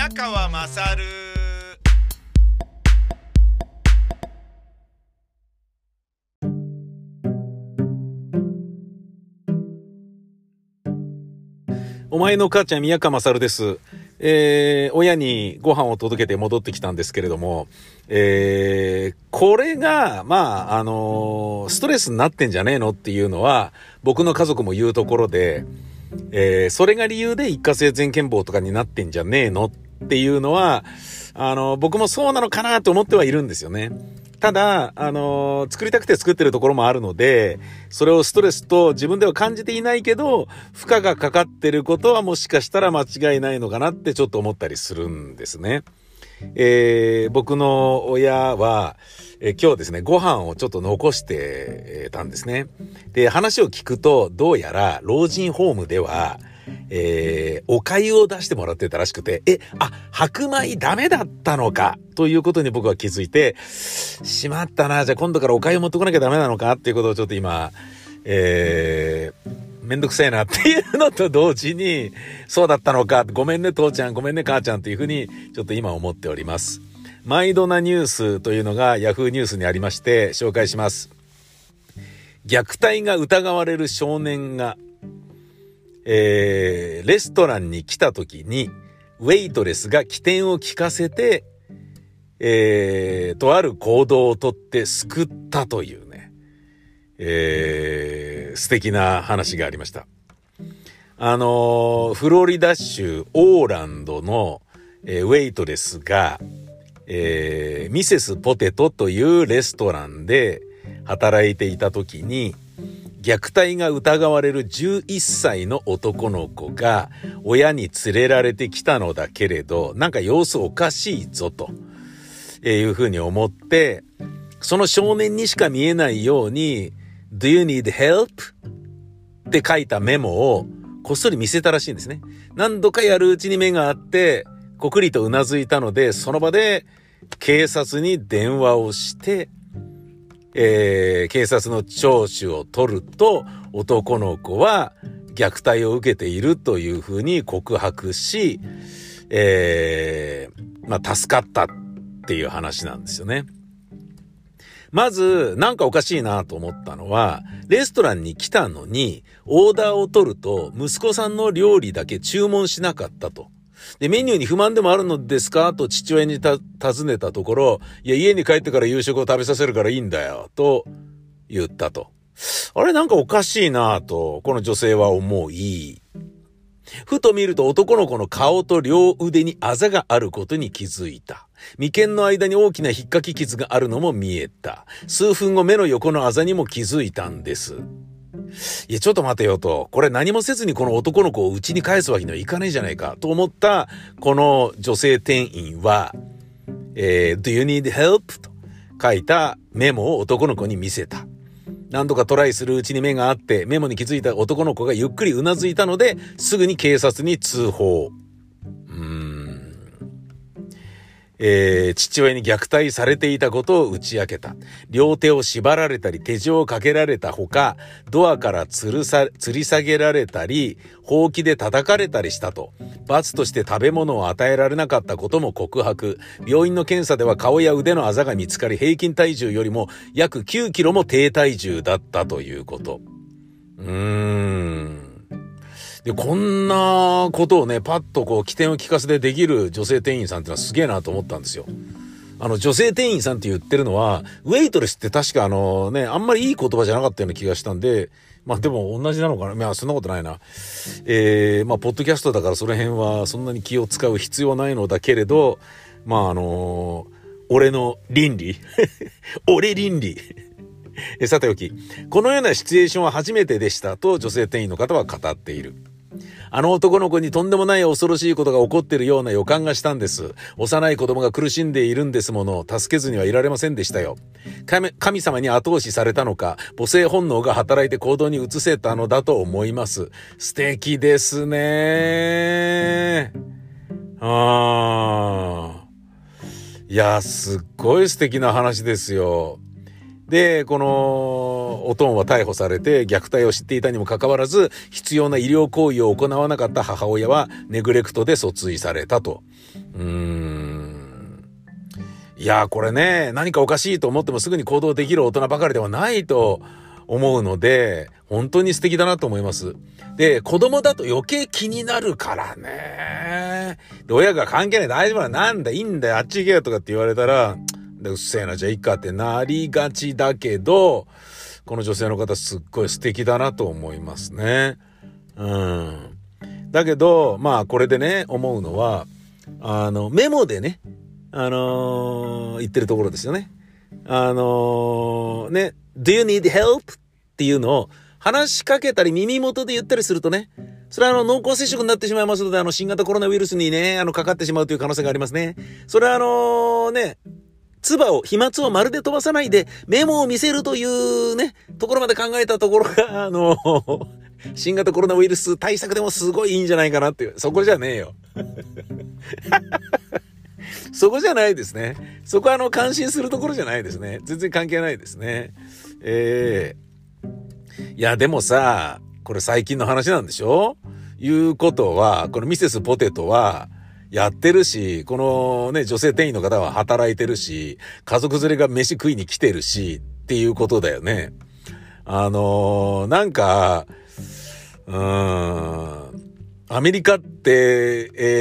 宮川まさる。 お前の母ちゃん宮川勝です。親にご飯を届けて戻ってきたんですけれども、これが、ストレスになってんじゃねえのっていうのは、僕の家族も言うところで、それが理由で一過性全健忘とかになってんじゃねえのっていうのは、僕もそうなのかなと思ってはいるんですよね。ただ、作りたくて作ってるところもあるので、それをストレスと自分では感じていないけど、負荷がかかってることはもしかしたら間違いないのかなってちょっと思ったりするんですね。僕の親は、今日ですね、ご飯をちょっと残してたんですね。で、話を聞くと、どうやら老人ホームでは、お粥を出してもらってたらしくて、白米ダメだったのかということに僕は気づいて、しまったな、じゃあ今度からお粥持ってこなきゃダメなのかっていうことをちょっと今、めんどくさいなっていうのと同時に、そうだったのか、ごめんね父ちゃん、ごめんね母ちゃんというふうにちょっと今思っております。マイドなニュースというのがヤフーニュースにありまして紹介します。虐待が疑われる少年がレストランに来た時にウェイトレスが機転を利かせて、とある行動をとって救ったというね、素敵な話がありました。フロリダ州オーランドの、ウェイトレスが、ミセスポテトというレストランで働いていた時に、虐待が疑われる11歳の男の子が親に連れられてきたのだけれど、なんか様子おかしいぞというふうに思って、その少年にしか見えないように Do you need help? って書いたメモをこっそり見せたらしいんですね。何度かやるうちに目があってこくりとうなずいたので、その場で警察に電話をして警察の聴取を取ると、男の子は虐待を受けているというふうに告白し、助かったっていう話なんですよね。まず、なんかおかしいなと思ったのは、レストランに来たのに、オーダーを取ると、息子さんの料理だけ注文しなかったと。で、メニューに不満でもあるのですかと父親に尋ねたところ、いや、家に帰ってから夕食を食べさせるからいいんだよ、と言ったと。あれなんかおかしいなと、この女性は思い、ふと見ると男の子の顔と両腕にあざがあることに気づいた。眉間の間に大きな引っかき傷があるのも見えた。数分後目の横のあざにも気づいたんです。いや、ちょっと待てよと。これ何もせずにこの男の子を家に帰すわけにはいかないじゃないかと思ったこの女性店員は、Do you need help? と書いたメモを男の子に見せた。何度かトライするうちに目があってメモに気づいた男の子がゆっくりうなずいたので、すぐに警察に通報。父親に虐待されていたことを打ち明けた。両手を縛られたり手錠をかけられたほか、ドアから吊り下げられたり、ほうきで叩かれたりしたと。罰として食べ物を与えられなかったことも告白。病院の検査では顔や腕のあざが見つかり、平均体重よりも約9キロも低体重だったということ。で、こんなことをね、パッとこう起点を利かせてできる女性店員さんってのはすげえなと思ったんですよ。女性店員さんって言ってるのは、ウェイトレスって確かあんまりいい言葉じゃなかったような気がしたんで、でも同じなのかな。そんなことないな。ポッドキャストだからその辺はそんなに気を使う必要ないのだけれど、俺の倫理俺倫理さておき、このようなシチュエーションは初めてでしたと女性店員の方は語っている。あの男の子にとんでもない恐ろしいことが起こっているような予感がしたんです。幼い子供が苦しんでいるんですもの。助けずにはいられませんでしたよ。神様に後押しされたのか、母性本能が働いて行動に移せたのだと思います。素敵ですね。いや、すっごい素敵な話ですよ。 で、この、おとんは逮捕されて虐待を知っていたにもかかわらず、必要な医療行為を行わなかった母親はネグレクトで訴追されたと。いやーこれね、何かおかしいと思ってもすぐに行動できる大人ばかりではないと思うので、本当に素敵だなと思います。で、子供だと余計気になるからね。で、親が関係ない、大丈夫だ、なんだ、いいんだよ、あっち行けよとかって言われたら、うっせえな、じゃあいいかってなりがちだけど、この女性の方すっごい素敵だなと思いますね。だけど、まあこれでね、思うのは、メモでね、言ってるところですよね。ね、Do you need help? っていうのを話しかけたり耳元で言ったりするとね、それは濃厚接触になってしまいますので、新型コロナウイルスにね、かかってしまうという可能性がありますね。それはね、飛沫をまるで飛ばさないでメモを見せるというね、ところまで考えたところが、新型コロナウイルス対策でもすごいいいんじゃないかなっていう。そこじゃねえよ。そこじゃないですね。そこは感心するところじゃないですね。全然関係ないですね。いや、でもさ、これ最近の話なんでしょ？いうことは、このミセスポテトはやってるし、このね、女性店員の方は働いてるし、家族連れが飯食いに来てるし、っていうことだよね。なんか、アメリカって、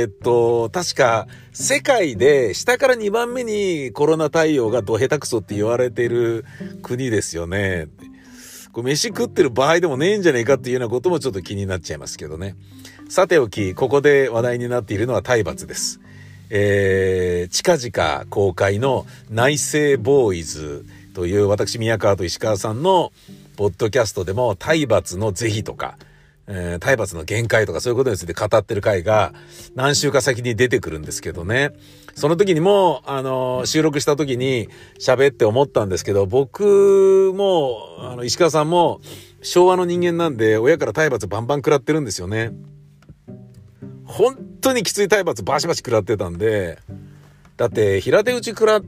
確か世界で下から2番目にコロナ対応がど下手くそって言われてる国ですよね。これ飯食ってる場合でもねえんじゃねえかっていうようなこともちょっと気になっちゃいますけどね。さておき、ここで話題になっているのは体罰です。近々公開の内政ボーイズという私宮川と石川さんのポッドキャストでも体罰の是非とか、体罰の限界とかそういうことについて語ってる回が何週か先に出てくるんですけどね。その時にも、収録した時に喋って思ったんですけど、僕も、石川さんも昭和の人間なんで親から体罰バンバン食らってるんですよね。本当にきつい体罰バシバシ食らってたんで、だって平手打ち食らって、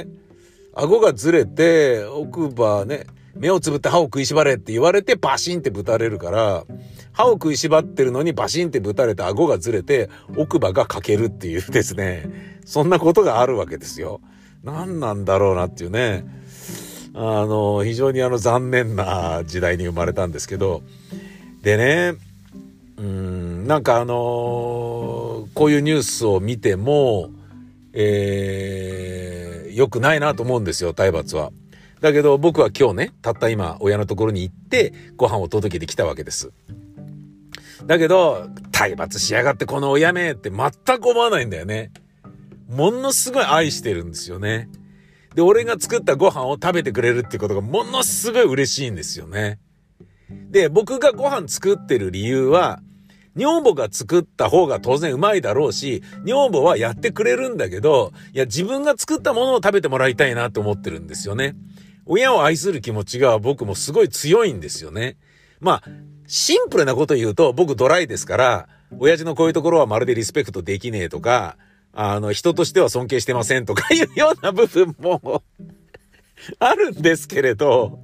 顎がずれて、奥歯ね、目をつぶって歯を食いしばれって言われてバシンってぶたれるから、歯を食いしばってるのにバシンってぶたれて顎がずれて奥歯が欠けるっていうですね、そんなことがあるわけですよ。何なんだろうなっていうね、非常に残念な時代に生まれたんですけど、でね、なんかこういうニュースを見ても、良くないなと思うんですよ、体罰は。だけど僕は今日ね、たった今親のところに行ってご飯を届けてきたわけです。だけど体罰しやがってこの親めって全く思わないんだよね。ものすごい愛してるんですよね。で、俺が作ったご飯を食べてくれるってことがものすごい嬉しいんですよね。で、僕がご飯作ってる理由は、女房が作った方が当然うまいだろうし、女房はやってくれるんだけど、いや自分が作ったものを食べてもらいたいなと思ってるんですよね。親を愛する気持ちが僕もすごい強いんですよね。まあ、シンプルなこと言うと僕ドライですから、親父のこういうところはまるでリスペクトできねえとか、人としては尊敬してませんとかいうような部分もあるんですけれど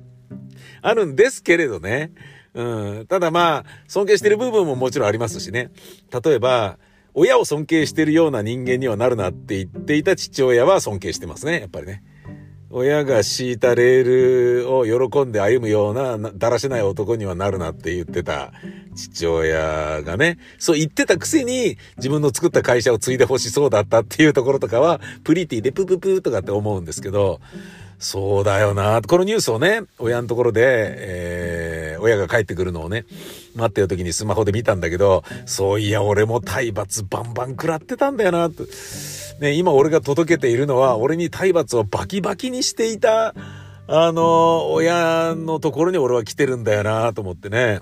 ね。ただまあ、尊敬してる部分ももちろんありますしね。例えば、親を尊敬してるような人間にはなるなって言っていた父親は尊敬してますね、やっぱりね。親が敷いたレールを喜んで歩むようなだらしない男にはなるなって言ってた父親がね、そう言ってたくせに自分の作った会社を継いでほしそうだったっていうところとかはプリティでプププとかって思うんですけど、そうだよな。このニュースをね、親のところで、親が帰ってくるのをね、待ってる時にスマホで見たんだけど、そういや俺も体罰バンバン食らってたんだよなと。ね、今俺が届けているのは、俺に体罰をバキバキにしていた、親のところに俺は来てるんだよなと思ってね。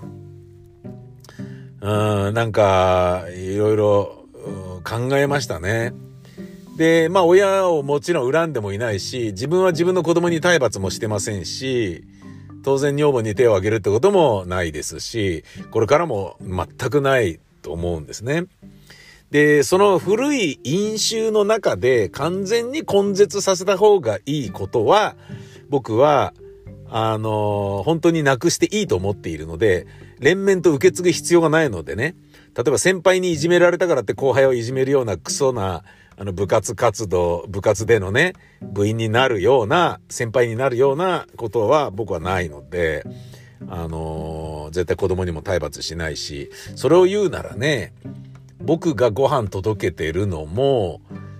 なんか、いろいろ考えましたね。で、まあ親をもちろん恨んでもいないし、自分は自分の子供に体罰もしてませんし、当然女房に手を挙げるってこともないですし、これからも全くないと思うんですね。で、その古い因習の中で完全に根絶させた方がいいことは、 僕は、本当になくしていいと思っているので、連綿と受け継ぐ必要がないのでね、例えば先輩にいじめられたからって後輩をいじめるようなクソな、部活でのね、部員になるような、先輩になるようなことは僕はないので、絶対子供にも体罰しないし、それを言うならね、僕がご飯届けてるのも、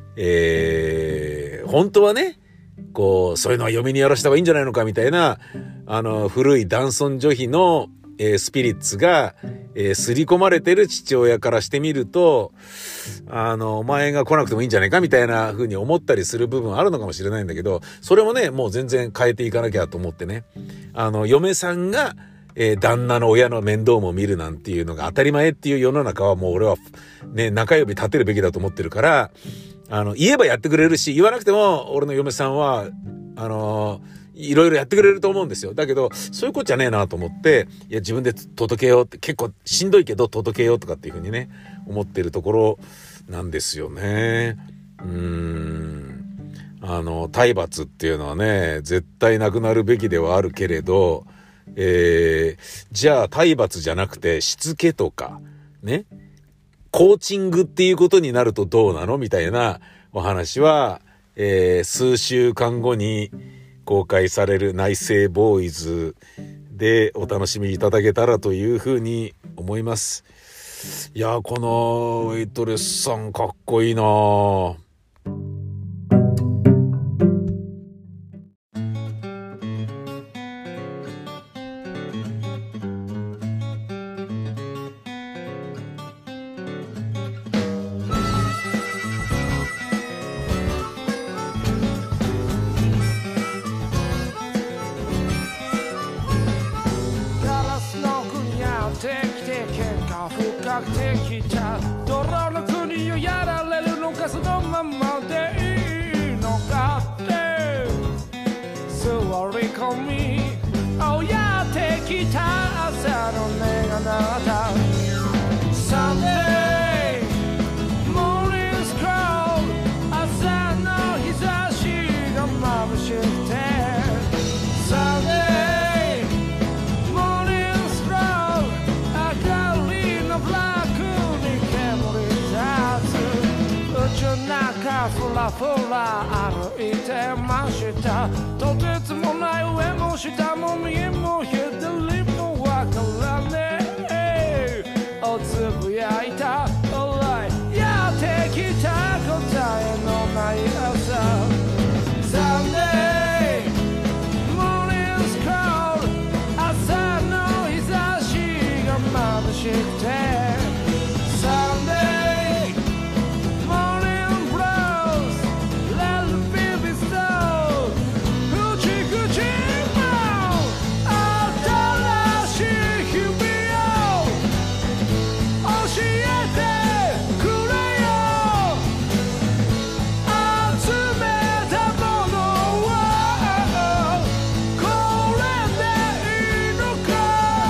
本当はね、そういうのは嫁にやらした方がいいんじゃないのかみたいな、古い男尊女卑の、スピリッツが、刷り込まれてる父親からしてみると、お前が来なくてもいいんじゃないかみたいな風に思ったりする部分あるのかもしれないんだけど、それもね、もう全然変えていかなきゃと思ってね。嫁さんが、旦那の親の面倒も見るなんていうのが当たり前っていう世の中はもう俺はね、中指立てるべきだと思ってるから、言えばやってくれるし、言わなくても俺の嫁さんは、いろいろやってくれると思うんですよ。だけど、そういうことじゃねえなと思って、いや、自分で届けようって、結構しんどいけど届けようとかっていうふうにね、思ってるところなんですよね。体罰っていうのはね、絶対なくなるべきではあるけれど、じゃあ体罰じゃなくてしつけとか、ね、コーチングっていうことになるとどうなのみたいなお話は、数週間後に公開される内政ボーイズでお楽しみいただけたらというふうに思います。いや、このウェイトレスさんかっこいいなぁ。 泥の国をやられるのかそのままでいいのかって座り込みやってきた朝の音が鳴った Sunday morning scroll 朝の日差しが眩しくて Sunday morning scroll 明かりのブラックに煙立つ宇宙の中ふらふら歩いてましたとてつもない上も下も右も左もわからねえをつぶやいた Alright やってきた答えのない朝 Sunday morning scroll 朝の日差しが眩しくて Sunday morning blows Let the baby snow 口々も新しい日々を教えてくれよ集めたものはこれでいいのか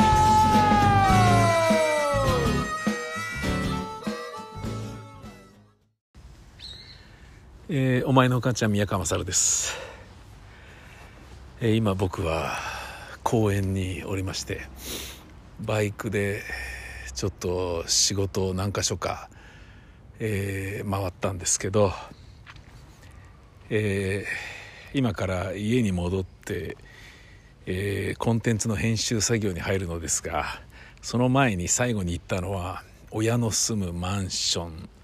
お前のお母ちゃん宮川勝です。今僕は公園におりまして、バイクでちょっと仕事を何か所か、回ったんですけど、今から家に戻って、コンテンツの編集作業に入るのですが、その前に最後に行ったのは親の住むマンション、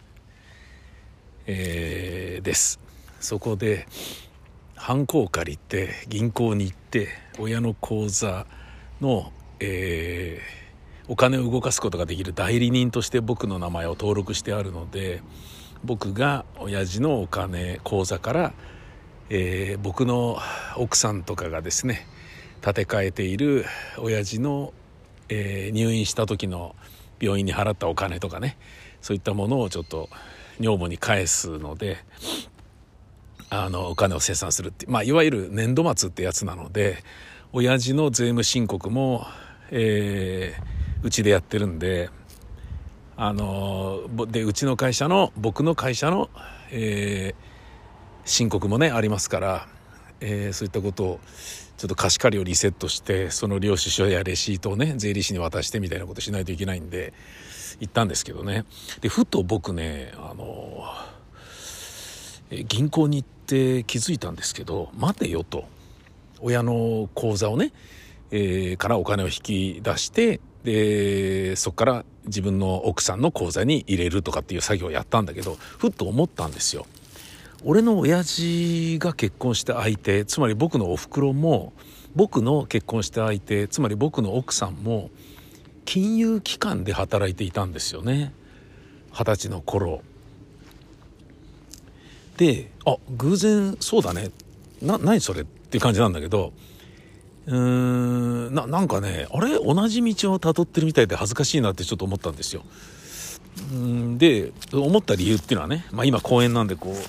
です。そこでハンコを借りて銀行に行って親の口座の、お金を動かすことができる代理人として僕の名前を登録してあるので、僕が親父のお金口座から、僕の奥さんとかがですね立て替えている親父の、入院した時の病院に払ったお金とかね、そういったものをちょっと女房に返すので、お金を清算するって、いわゆる年度末ってやつなので、親父の税務申告も、うちでやってるんで、でうちの会社の僕の会社の、申告もねありますから、 そういったことをちょっと貸し借りをリセットして、その領収書やレシートをね税理士に渡してみたいなことしないといけないんで行ったんですけどね。でふと僕ね銀行に行って気づいたんですけど、待てよと、親の口座をね、からお金を引き出して、でそこから自分の奥さんの口座に入れるとかっていう作業をやったんだけど、ふっと思ったんですよ。俺の親父が結婚した相手、つまり僕のお袋も、僕の結婚した相手、つまり僕の奥さんも金融機関で働いていたんですよね、20歳の頃で。偶然そうだね、何それっていう感じなんだけど、なんかね、あれ同じ道をたどってるみたいで恥ずかしいなってちょっと思ったんですよ。で思った理由っていうのはね、今公園なんでこう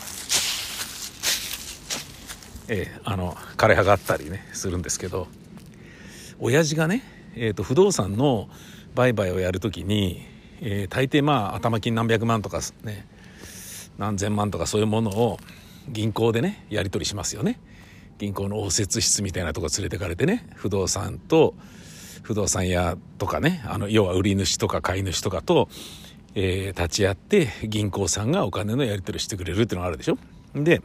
枯葉があったりねするんですけど、親父がね、不動産の売買をやるときに、大抵頭金何百万とかね、何千万とかそういうものを銀行でねやり取りしますよね。銀行の応接室みたいなとこ連れてかれてね、不動産屋とかね、要は売り主とか買い主とかと、立ち会って銀行さんがお金のやり取りしてくれるっていうのがあるでしょ。で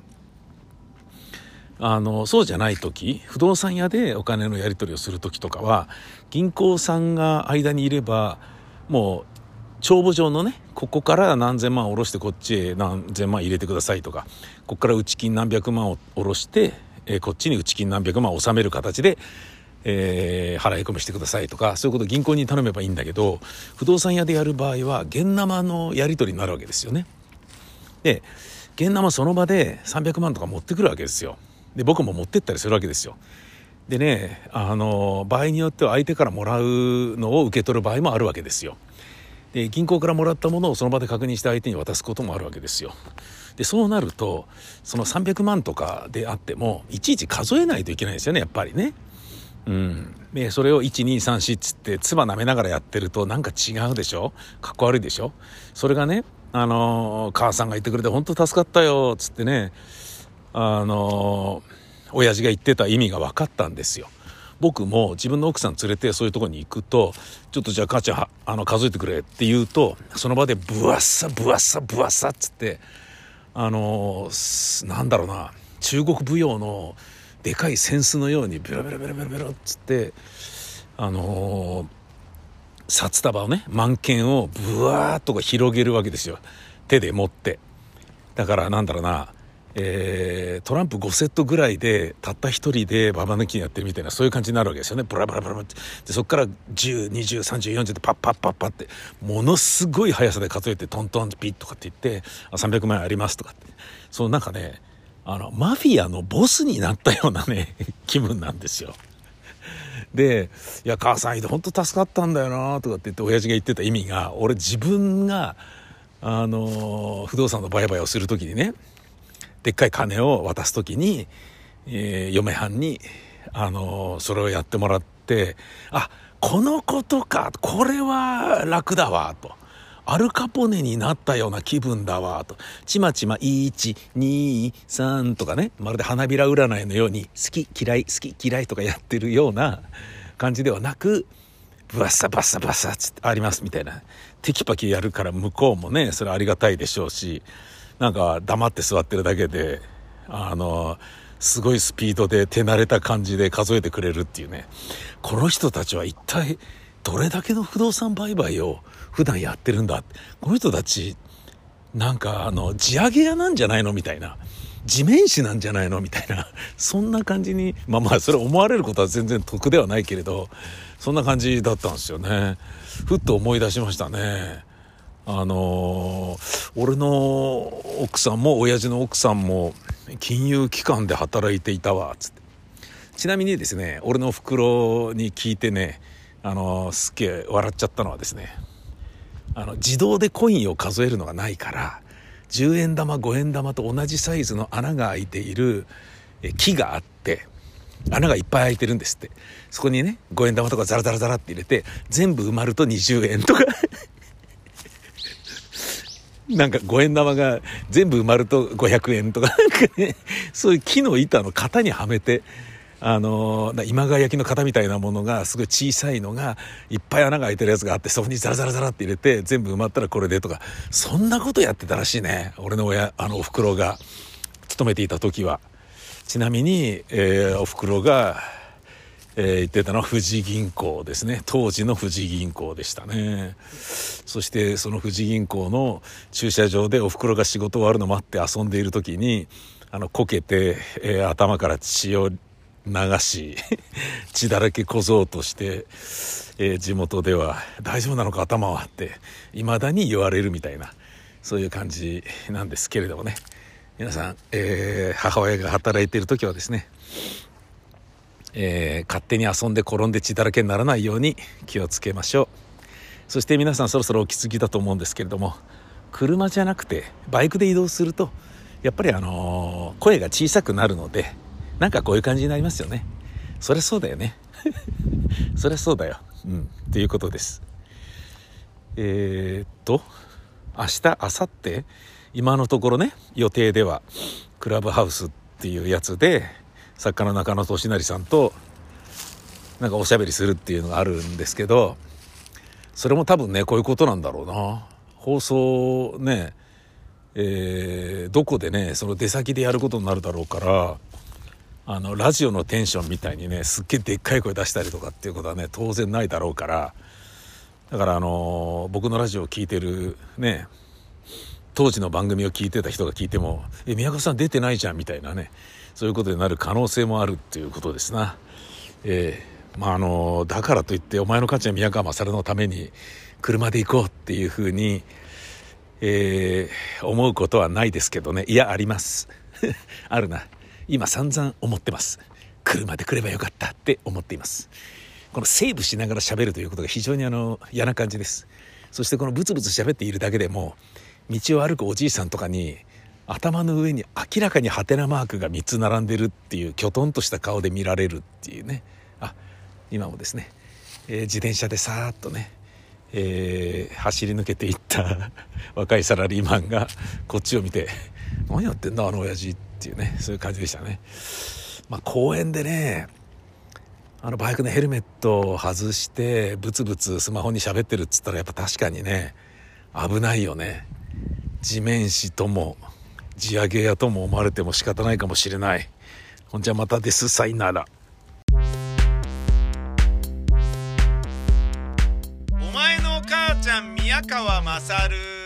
そうじゃない時、不動産屋でお金のやり取りをする時とかは、銀行さんが間にいればもう帳簿上のね、ここから何千万下ろしてこっちへ何千万入れてくださいとか、ここから内金何百万を下ろして、こっちに内金何百万を納める形で、払い込みしてくださいとか、そういうことを銀行に頼めばいいんだけど、不動産屋でやる場合は現生のやり取りになるわけですよね。で現生その場で300万とか持ってくるわけですよ。で僕も持ってったりするわけですよ。でね、場合によっては相手からもらうのを受け取る場合もあるわけですよ。で銀行からもらったものをその場で確認して相手に渡すこともあるわけですよ。でそうなるとその300万とかであってもいちいち数えないといけないですよね、やっぱりね。でそれを1234っつって唾舐めながらやってるとなんか違うでしょ、かっこ悪いでしょ。それがね、母さんが言ってくれて本当助かったよっつってね、親父が言ってた意味が分かったんですよ。僕も自分の奥さん連れてそういうところに行くと、ちょっとじゃあ母ちゃん数えてくれって言うと、その場でブワッサブワッサブワッサっつってなんだろうな、中国舞踊のでかい扇子のようにベロベロベロベロベロっつって札束をね、万剣をブワーっと広げるわけですよ、手で持って。だからなんだろうな、トランプ5セットぐらいでたった一人でババ抜きやってるみたいな、そういう感じになるわけですよね。ブラブラブラブラって。でそこから10、20、30、40ってパッパッパッパってものすごい速さで数えてトントンピッとかって言って、300万円ありますとかって、そのなんかね、マフィアのボスになったようなね気分なんですよ。でいや母さんいて本当助かったんだよなとかって言って親父が言ってた意味が、俺自分が不動産の売買をするときにね、でっかい金を渡すときに、嫁はんにそれをやってもらって、このことか、これは楽だわと、アルカポネになったような気分だわと、ちまちま123とかね、まるで花びら占いのように好き嫌い好き嫌いとかやってるような感じではなく、ブワッサバッサバッサつってありますみたいな、テキパキやるから向こうもねそれありがたいでしょうし、なんか黙って座ってるだけですごいスピードで手慣れた感じで数えてくれるっていうね、この人たちは一体どれだけの不動産売買を普段やってるんだ、この人たちなんか地上げ屋なんじゃないのみたいな、地面師なんじゃないのみたいな、そんな感じに、それ思われることは全然得ではないけれど、そんな感じだったんですよね。ふっと思い出しましたね。俺の奥さんも親父の奥さんも金融機関で働いていたわつって。ちなみにですね、俺の袋に聞いてね、すっげえ笑っちゃったのはですね、自動でコインを数えるのがないから、10円玉5円玉と同じサイズの穴が開いている木があって、穴がいっぱい開いてるんですって。そこにね5円玉とかザラザラザラって入れて全部埋まると20円とかなんか5円玉が全部埋まると500円とかなんかね、 そういう木の板の型にはめて、今川焼きの型みたいなものがすごい小さいのがいっぱい穴が開いてるやつがあって、そこにザラザラザラって入れて全部埋まったらこれでとか、そんなことやってたらしいね、俺のおふくろが勤めていた時は。ちなみに、おふくろが、言ってたのは富士銀行ですね。当時の富士銀行でしたね。そしてその富士銀行の駐車場でおふくろが仕事終わるの待って遊んでいる時にこけて、頭から血を流し血だらけ小僧として、地元では大丈夫なのか頭はって未だに言われるみたいな、そういう感じなんですけれどもね。皆さん、母親が働いている時はですね、勝手に遊んで転んで血だらけにならないように気をつけましょう。そして皆さんそろそろお気づきだと思うんですけれども、車じゃなくてバイクで移動するとやっぱり声が小さくなるので、なんかこういう感じになりますよね。そりゃそうだよねそりゃそうだよ、っていうことです。明日明後日今のところね、予定ではクラブハウスっていうやつで作家の中野俊成さんとなんかおしゃべりするっていうのがあるんですけど、それも多分ねこういうことなんだろうな。放送ね、どこでねその出先でやることになるだろうから、ラジオのテンションみたいにねすっげえでっかい声出したりとかっていうことはね当然ないだろうから、だから僕のラジオを聞いてるね、当時の番組を聞いてた人が聞いても宮川さん出てないじゃんみたいなね、そういうことになる可能性もあるっていうことですな。だからといってお前の母ちゃん宮川勝のために車で行こうっていうふうに、思うことはないですけどね。いやありますあるな。今散々思ってます。車で来ればよかったって思っています。このセーブしながら喋るということが非常に嫌な感じです。そしてこのブツブツ喋っているだけでも道を歩くおじいさんとかに頭の上に明らかにハテナマークが3つ並んでるっていう、きょとんとした顔で見られるっていうね。今もですね、自転車でさーっとね、走り抜けていった若いサラリーマンがこっちを見て何やってんだ親父っていうね、そういう感じでしたね。公園でねバイクのヘルメットを外してブツブツスマホに喋ってるっつったらやっぱ確かにね危ないよね。地面師とも地上げ屋とも思われても仕方ないかもしれない。ほんじゃまたです。さいなら。 お前の母ちゃん宮川勝。